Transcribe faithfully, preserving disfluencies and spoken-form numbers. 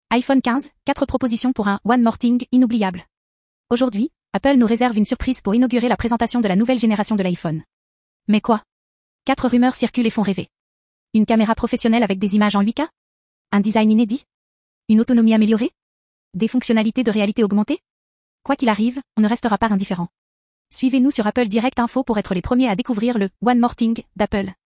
iPhone quinze, quatre propositions pour un One More Thing inoubliable. Aujourd'hui, Apple nous réserve une surprise pour inaugurer la présentation de la nouvelle génération de l'iPhone. Mais quoi? Quatre rumeurs circulent et font rêver. Une caméra professionnelle avec des images en huit K? Un design inédit? Une autonomie améliorée? Des fonctionnalités de réalité augmentée? Quoi qu'il arrive, on ne restera pas indifférent. Suivez-nous sur Apple Direct Info pour être les premiers à découvrir le One More Thing d'Apple.